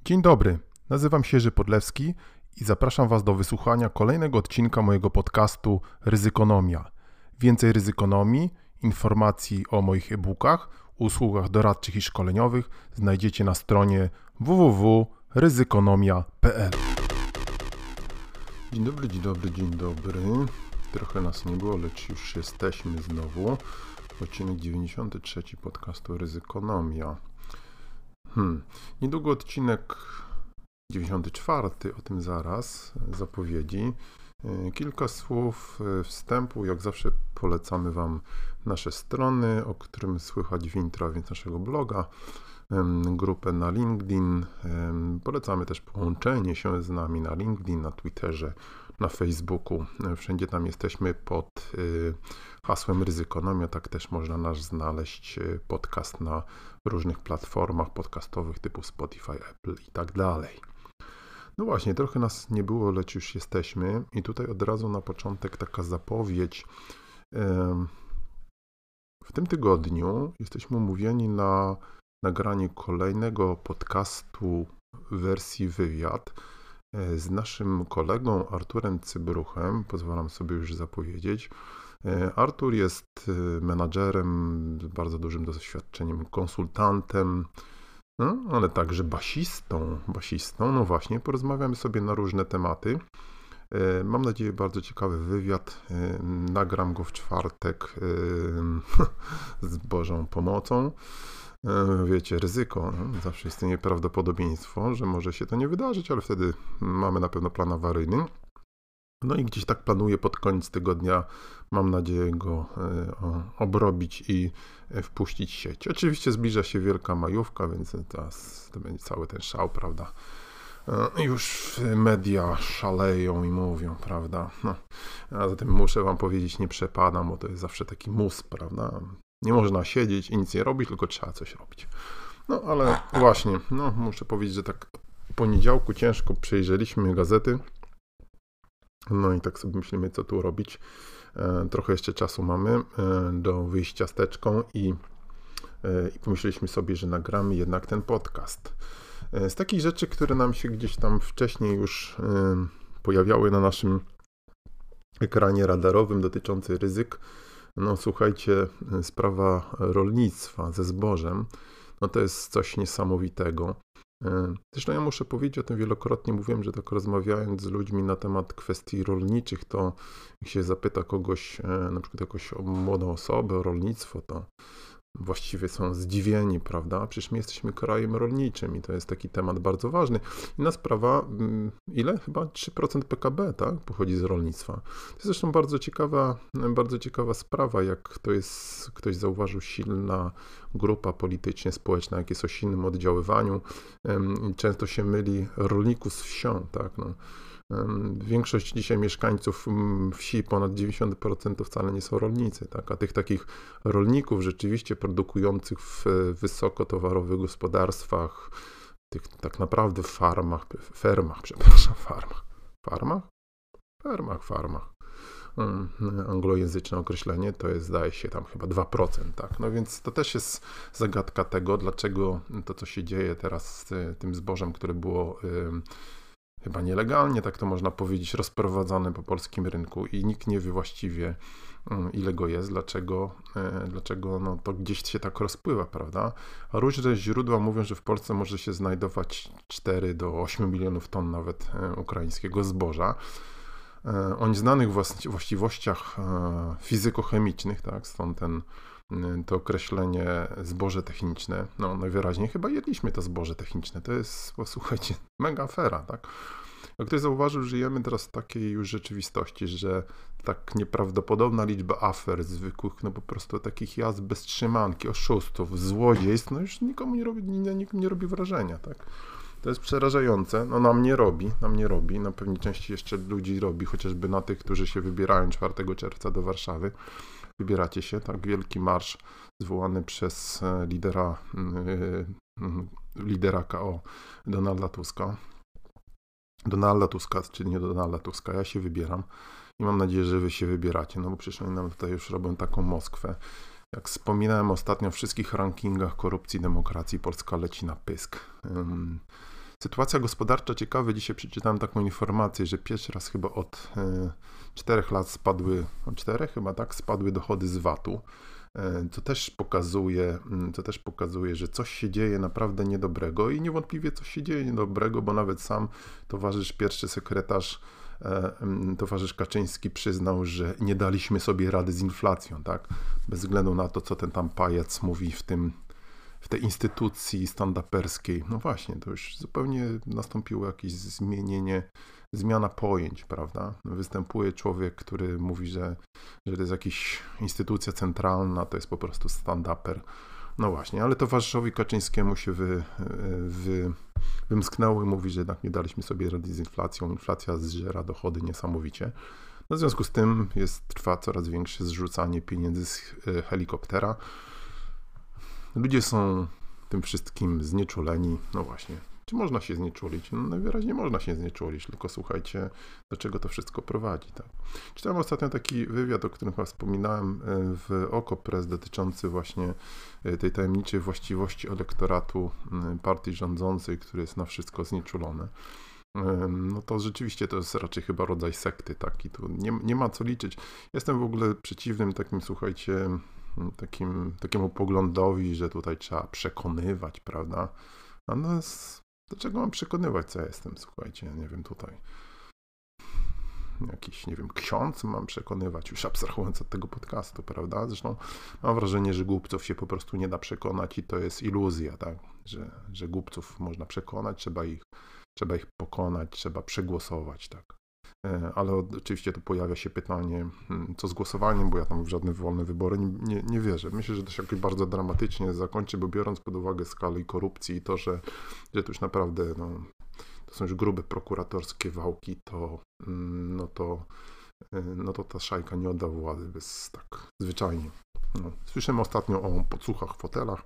Dzień dobry, nazywam się Jerzy Podlewski i zapraszam Was do wysłuchania kolejnego odcinka mojego podcastu Ryzykonomia. Więcej ryzykonomii, informacji o moich e-bookach, usługach doradczych i szkoleniowych znajdziecie na stronie www.ryzykonomia.pl. Dzień dobry. Trochę nas nie było, lecz już jesteśmy znowu. Odcinek 93 podcastu Ryzykonomia. Niedługo odcinek 94, o tym zaraz, zapowiedzi. Kilka słów wstępu, jak zawsze polecamy Wam nasze strony, o którym słychać w intro, więc naszego bloga, grupę na LinkedIn. Polecamy też połączenie się z nami na LinkedIn, na Twitterze, na Facebooku. Wszędzie tam jesteśmy pod hasłem Ryzykonomia, tak też można nas znaleźć, podcast na różnych platformach podcastowych typu Spotify, Apple i tak dalej. No właśnie, trochę nas nie było, lecz już jesteśmy i tutaj od razu na początek taka zapowiedź. W tym tygodniu jesteśmy umówieni na nagranie kolejnego podcastu w wersji wywiad z naszym kolegą Arturem Cybruchem, pozwalam sobie już zapowiedzieć. Artur jest menadżerem z bardzo dużym doświadczeniem, konsultantem, ale także basistą. No właśnie, porozmawiamy sobie na różne tematy. Mam nadzieję, bardzo ciekawy wywiad. Nagram go w czwartek z Bożą pomocą. Wiecie, ryzyko, zawsze istnieje prawdopodobieństwo, że może się to nie wydarzyć, ale wtedy mamy na pewno plan awaryjny. No i gdzieś tak planuję pod koniec tygodnia, mam nadzieję go obrobić i wpuścić w sieć. Oczywiście zbliża się wielka majówka, więc teraz to będzie cały ten szał, prawda? Już media szaleją i mówią, prawda? A zatem muszę Wam powiedzieć, nie przepadam, bo to jest zawsze taki mus, prawda? Nie można siedzieć i nic nie robić, tylko trzeba coś robić. No ale właśnie, muszę powiedzieć, że tak w poniedziałku ciężko przejrzeliśmy gazety. No i tak sobie myślimy, co tu robić. Trochę jeszcze czasu mamy do wyjścia z teczką i pomyśleliśmy sobie, że nagramy jednak ten podcast. Z takich rzeczy, które nam się gdzieś tam wcześniej już pojawiały na naszym ekranie radarowym dotyczący ryzyk, słuchajcie, sprawa rolnictwa ze zbożem, to jest coś niesamowitego. Zresztą ja muszę powiedzieć o tym wielokrotnie, mówiłem, że tak rozmawiając z ludźmi na temat kwestii rolniczych, to jak się zapyta kogoś, na przykład jakąś młodą osobę o rolnictwo, to właściwie są zdziwieni, prawda? Przecież my jesteśmy krajem rolniczym i to jest taki temat bardzo ważny. Inna sprawa, ile? Chyba 3% PKB, tak? Pochodzi z rolnictwa. To jest zresztą bardzo ciekawa sprawa, jak to jest, ktoś zauważył, silna grupa politycznie społeczna, jak jest o silnym oddziaływaniu. Często się myli rolników z wsią, tak? Większość dzisiaj mieszkańców wsi, ponad 90% to wcale nie są rolnicy, tak? A tych takich rolników rzeczywiście produkujących w wysokotowarowych gospodarstwach, tych tak naprawdę fermach, anglojęzyczne określenie, to jest, zdaje się, tam chyba 2%, tak? No więc to też jest zagadka tego, dlaczego to, co się dzieje teraz z tym zbożem, które było chyba nielegalnie, tak to można powiedzieć, rozprowadzane po polskim rynku i nikt nie wie właściwie, ile go jest, dlaczego to gdzieś się tak rozpływa, prawda? A różne źródła mówią, że w Polsce może się znajdować 4 do 8 milionów ton nawet ukraińskiego zboża o nieznanych właściwościach fizykochemicznych, tak? Stąd to określenie zboże techniczne. Najwyraźniej chyba jedliśmy to zboże techniczne. To jest, słuchajcie, mega afera, tak? Jak ktoś zauważył, żyjemy teraz w takiej już rzeczywistości, że tak nieprawdopodobna liczba afer zwykłych, po prostu takich jazd bez trzymanki, oszustów, złodziejstw, już nikomu nie robi wrażenia, tak? To jest przerażające. Nam nie robi. Na pewnej części jeszcze ludzi robi, chociażby na tych, którzy się wybierają 4 czerwca do Warszawy. Wybieracie się, tak, wielki marsz zwołany przez lidera KO Donalda Tuska, czy nie Donalda Tuska, ja się wybieram i mam nadzieję, że wy się wybieracie, bo przecież oni nam tutaj już robią taką Moskwę. Jak wspominałem ostatnio, w wszystkich rankingach korupcji, demokracji Polska leci na pysk. Sytuacja gospodarcza ciekawa. Dzisiaj przeczytałem taką informację, że pierwszy raz chyba od 4 lat od 4 chyba tak, spadły dochody z VAT-u. To też pokazuje, że coś się dzieje naprawdę niedobrego i niewątpliwie coś się dzieje niedobrego, bo nawet sam pierwszy sekretarz, towarzysz Kaczyński przyznał, że nie daliśmy sobie rady z inflacją, tak? Bez względu na to, co ten tam pajac mówi w tej instytucji stand-uperskiej. No właśnie, to już zupełnie nastąpiło jakieś zmiana pojęć, prawda? Występuje człowiek, który mówi, że to jest jakaś instytucja centralna, to jest po prostu stand-uper. No właśnie, ale towarzyszowi Kaczyńskiemu się wymsknęło i mówi, że jednak nie daliśmy sobie rady z inflacją. Inflacja zżera dochody niesamowicie. No w związku z tym trwa coraz większe zrzucanie pieniędzy z helikoptera. Ludzie są tym wszystkim znieczuleni. No właśnie, czy można się znieczulić? No najwyraźniej można się znieczulić, tylko słuchajcie, do czego to wszystko prowadzi. Tak? Czytałem ostatnio taki wywiad, o którym chyba wspominałem w Okopres, dotyczący właśnie tej tajemniczej właściwości elektoratu partii rządzącej, który jest na wszystko znieczulony. No to rzeczywiście to jest raczej chyba rodzaj sekty, tak? I tu nie ma co liczyć. Jestem w ogóle przeciwnym takim, słuchajcie, takiemu poglądowi, że tutaj trzeba przekonywać, prawda? A no do czego mam przekonywać, co ja jestem, słuchajcie, nie wiem, tutaj jakiś, nie wiem, ksiądz mam przekonywać, już abstrahując od tego podcastu, prawda? Zresztą mam wrażenie, że głupców się po prostu nie da przekonać i to jest iluzja, tak? Że głupców można przekonać, trzeba ich pokonać, trzeba przegłosować, tak? Ale oczywiście tu pojawia się pytanie, co z głosowaniem, bo ja tam w żadne wolne wybory nie wierzę. Myślę, że to się jakoś bardzo dramatycznie zakończy, bo biorąc pod uwagę skalę korupcji i to, że to już naprawdę to są już grube prokuratorskie wałki, to ta szajka nie odda władzy bez tak zwyczajnie. No. Słyszymy ostatnio o podsłuchach w hotelach.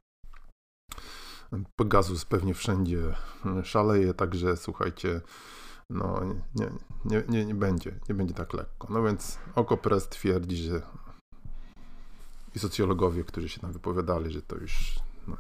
Pegasus pewnie wszędzie szaleje, także słuchajcie, no nie będzie tak lekko. No więc Okopres twierdzi, że i socjologowie, którzy się tam wypowiadali, że to już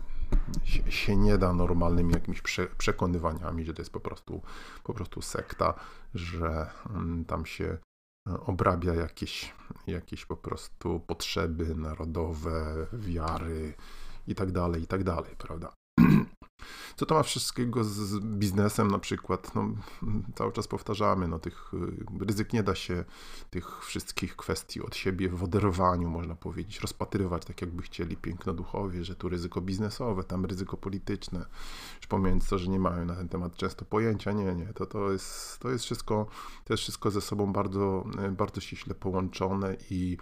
się nie da normalnymi jakimiś przekonywaniami, że to jest po prostu sekta, że tam się obrabia jakieś po prostu potrzeby narodowe, wiary i tak dalej, prawda? Co to ma wszystkiego z biznesem na przykład? No, cały czas powtarzamy, tych ryzyk nie da się tych wszystkich kwestii od siebie w oderwaniu, można powiedzieć, rozpatrywać tak jakby chcieli pięknoduchowie, że tu ryzyko biznesowe, tam ryzyko polityczne, już pomijając to, że nie mają na ten temat często pojęcia, nie, to jest wszystko ze sobą bardzo, bardzo ściśle połączone i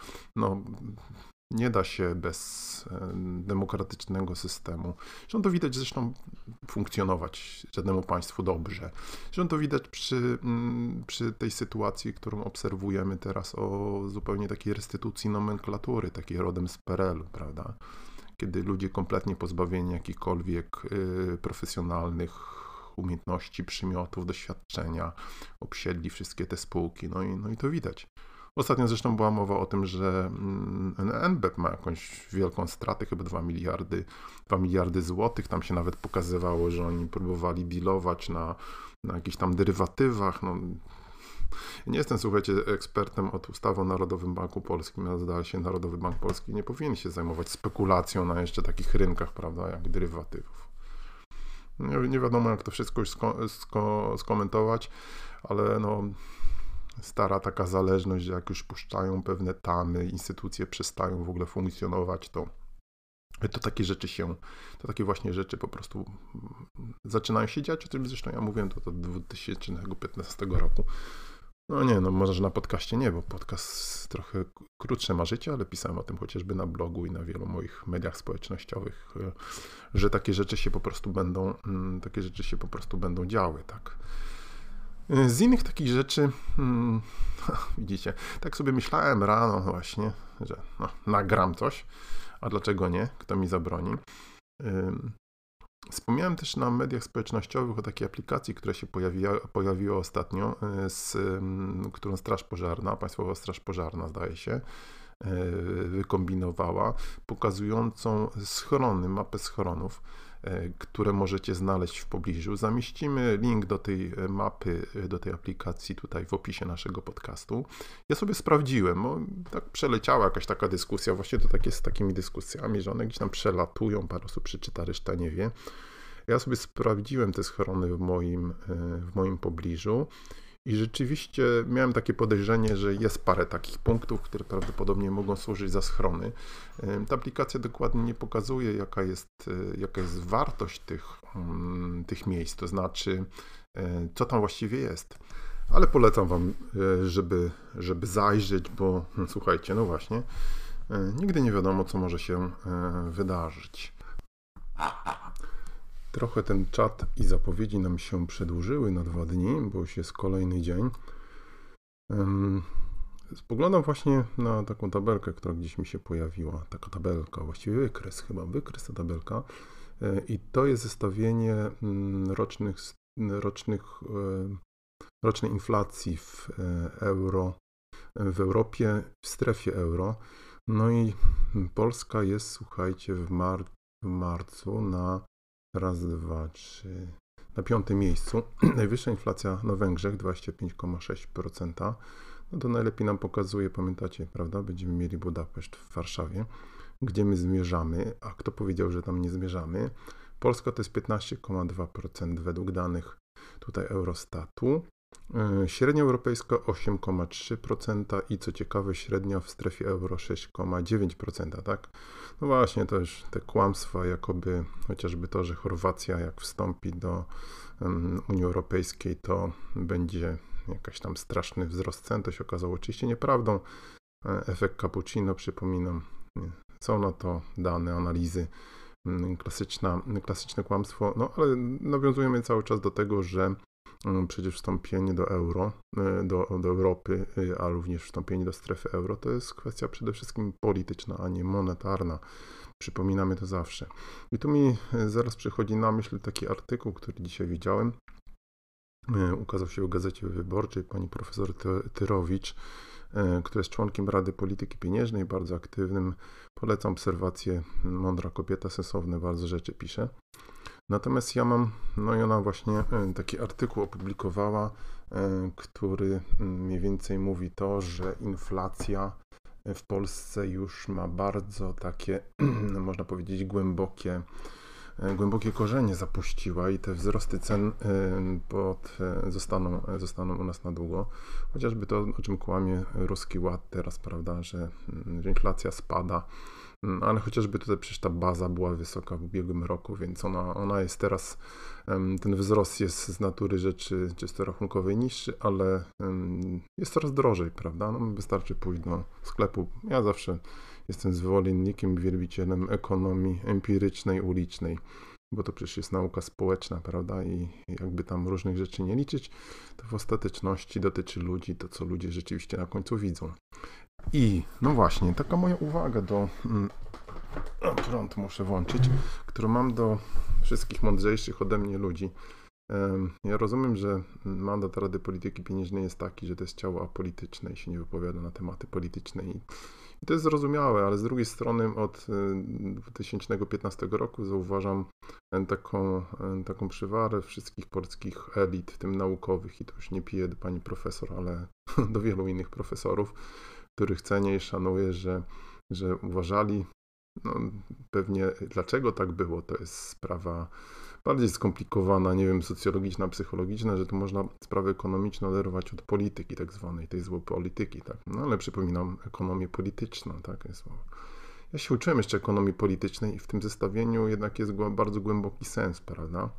nie da się bez demokratycznego systemu. Zresztą to widać funkcjonować żadnemu państwu dobrze. Zresztą to widać przy tej sytuacji, którą obserwujemy teraz o zupełnie takiej restytucji nomenklatury, takiej rodem z PRL-u, prawda? Kiedy ludzie kompletnie pozbawieni jakichkolwiek profesjonalnych umiejętności, przymiotów, doświadczenia obsiedli wszystkie te spółki. No i to widać. Ostatnio zresztą była mowa o tym, że NBP ma jakąś wielką stratę, chyba 2 miliardy złotych. Tam się nawet pokazywało, że oni próbowali dealować na jakichś tam derywatywach. Ja nie jestem, słuchajcie, ekspertem od ustawy o Narodowym Banku Polskim, ale zdaje się, Narodowy Bank Polski nie powinien się zajmować spekulacją na jeszcze takich rynkach, prawda, jak derywatywów. Nie wiadomo, jak to wszystko już skomentować, ale stara taka zależność, że jak już puszczają pewne tamy, instytucje przestają w ogóle funkcjonować, to takie właśnie rzeczy po prostu zaczynają się dziać, o tym zresztą ja mówiłem to od 2015 roku. Może na podcaście nie, bo podcast trochę krótsze ma życie, ale pisałem o tym chociażby na blogu i na wielu moich mediach społecznościowych, że takie rzeczy się po prostu będą działy, tak. Z innych takich rzeczy, widzicie, tak sobie myślałem rano właśnie, że nagram coś, a dlaczego nie, kto mi zabroni. Wspomniałem też na mediach społecznościowych o takiej aplikacji, która się pojawiła ostatnio, którą Państwowa Straż Pożarna, zdaje się, wykombinowała, pokazującą mapę schronów które możecie znaleźć w pobliżu. Zamieścimy link do tej mapy, do tej aplikacji tutaj w opisie naszego podcastu. Ja sobie sprawdziłem, bo tak przeleciała jakaś taka dyskusja, właśnie to tak jest z takimi dyskusjami, że one gdzieś tam przelatują, parę osób przeczyta, reszta nie wie. Ja sobie sprawdziłem te schrony w moim pobliżu i rzeczywiście miałem takie podejrzenie, że jest parę takich punktów, które prawdopodobnie mogą służyć za schrony. Ta aplikacja dokładnie nie pokazuje, jaka jest wartość tych miejsc, to znaczy, co tam właściwie jest. Ale polecam Wam, żeby zajrzeć, bo słuchajcie, no właśnie, nigdy nie wiadomo, co może się wydarzyć. Trochę ten czat i zapowiedzi nam się przedłużyły na 2 dni, bo już jest kolejny dzień. Spoglądam właśnie na taką tabelkę, która gdzieś mi się pojawiła. Taka tabelka, właściwie wykres ta tabelka. I to jest zestawienie rocznej inflacji w Europie, w strefie euro. No i Polska jest, słuchajcie, w marcu na 5. miejscu. Najwyższa inflacja na Węgrzech 25,6%. No to najlepiej nam pokazuje, pamiętacie, prawda? Będziemy mieli Budapeszt w Warszawie, gdzie my zmierzamy, a kto powiedział, że tam nie zmierzamy? Polska to jest 15,2% według danych tutaj Eurostatu. Średnia europejska 8,3% i co ciekawe średnia w strefie euro 6,9%, tak? No właśnie, to już te kłamstwa, jakoby chociażby to, że Chorwacja jak wstąpi do Unii Europejskiej, to będzie jakaś tam straszny wzrost cen, to się okazało oczywiście nieprawdą. Efekt cappuccino, przypominam, są na to dane, analizy, klasyczne kłamstwo, no ale nawiązujemy cały czas do tego, że przecież wstąpienie do euro, do Europy, a również wstąpienie do strefy euro to jest kwestia przede wszystkim polityczna, a nie monetarna. Przypominamy to zawsze. I tu mi zaraz przychodzi na myśl taki artykuł, który dzisiaj widziałem. Ukazał się w Gazecie Wyborczej pani profesor Tyrowicz, która jest członkiem Rady Polityki Pieniężnej, bardzo aktywnym. Polecam obserwację, mądra kobieta, sensowne bardzo rzeczy pisze. Natomiast ja mam, no i ona właśnie taki artykuł opublikowała, który mniej więcej mówi to, że inflacja w Polsce już ma bardzo takie, można powiedzieć, głębokie korzenie zapuściła i te wzrosty cen zostaną u nas na długo. Chociażby to, o czym kłamie Ruski Ład teraz, prawda, że inflacja spada. Ale chociażby tutaj przecież ta baza była wysoka w ubiegłym roku, więc ona jest teraz, ten wzrost jest z natury rzeczy czysto rachunkowej niższy, ale jest coraz drożej, prawda? No, wystarczy pójść do sklepu. Ja zawsze jestem zwolennikiem, wielbicielem ekonomii empirycznej, ulicznej, bo to przecież jest nauka społeczna, prawda? I jakby tam różnych rzeczy nie liczyć, to w ostateczności dotyczy ludzi, to co ludzie rzeczywiście na końcu widzą. I no właśnie, taka moja uwaga prąd muszę włączyć, którą mam do wszystkich mądrzejszych ode mnie ludzi. Ja rozumiem, że mandat Rady Polityki Pieniężnej jest taki, że to jest ciało apolityczne i się nie wypowiada na tematy polityczne. I to jest zrozumiałe, ale z drugiej strony od 2015 roku zauważam taką przywarę wszystkich polskich elit, w tym naukowych, i to już nie piję do pani profesor, ale do wielu innych profesorów, których cenię i szanuję, że uważali, no pewnie dlaczego tak było, to jest sprawa bardziej skomplikowana, nie wiem, socjologiczna, psychologiczna, że tu można sprawę ekonomiczną oderwać od polityki tak zwanej, tej złej polityki, tak. No ale przypominam ekonomię polityczną, tak jest. Ja się uczyłem jeszcze ekonomii politycznej i w tym zestawieniu jednak jest bardzo głęboki sens, prawda?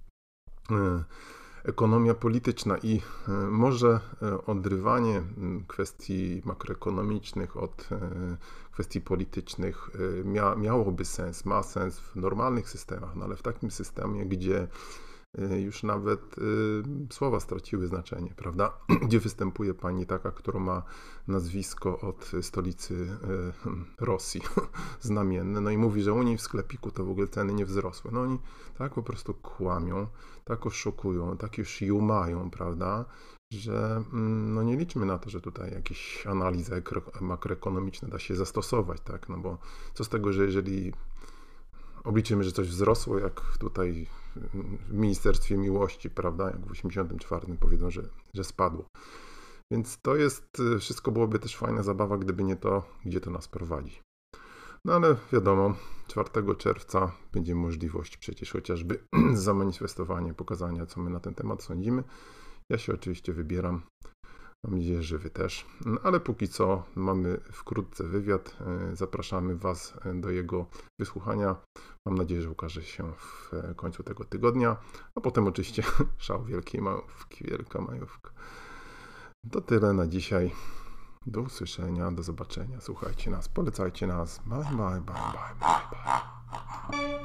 Ekonomia polityczna i może odrywanie kwestii makroekonomicznych od kwestii politycznych miałoby sens, ma sens w normalnych systemach, no ale w takim systemie, gdzie już nawet słowa straciły znaczenie, prawda? Gdzie występuje pani taka, która ma nazwisko od stolicy Rosji, znamienne, no i mówi, że u niej w sklepiku to w ogóle ceny nie wzrosły. No oni tak po prostu kłamią, tak oszukują, tak już jumają, prawda? Że no nie liczmy na to, że tutaj jakieś analizy makroekonomiczne da się zastosować, tak? No bo co z tego, że jeżeli obliczymy, że coś wzrosło, jak tutaj w Ministerstwie Miłości, prawda, jak w 84 powiedzą, że spadło. Więc to jest, wszystko byłoby też fajna zabawa, gdyby nie to, gdzie to nas prowadzi. No ale wiadomo, 4 czerwca będzie możliwość przecież chociażby zamanifestowania, pokazania, co my na ten temat sądzimy. Ja się oczywiście wybieram. Mam nadzieję, że Wy też. No, ale póki co mamy wkrótce wywiad. Zapraszamy Was do jego wysłuchania. Mam nadzieję, że ukaże się w końcu tego tygodnia. A potem oczywiście szał wielkiej majówki, wielka majówka. To tyle na dzisiaj. Do usłyszenia, do zobaczenia. Słuchajcie nas, polecajcie nas. Bye, bye, bye, bye, bye, bye.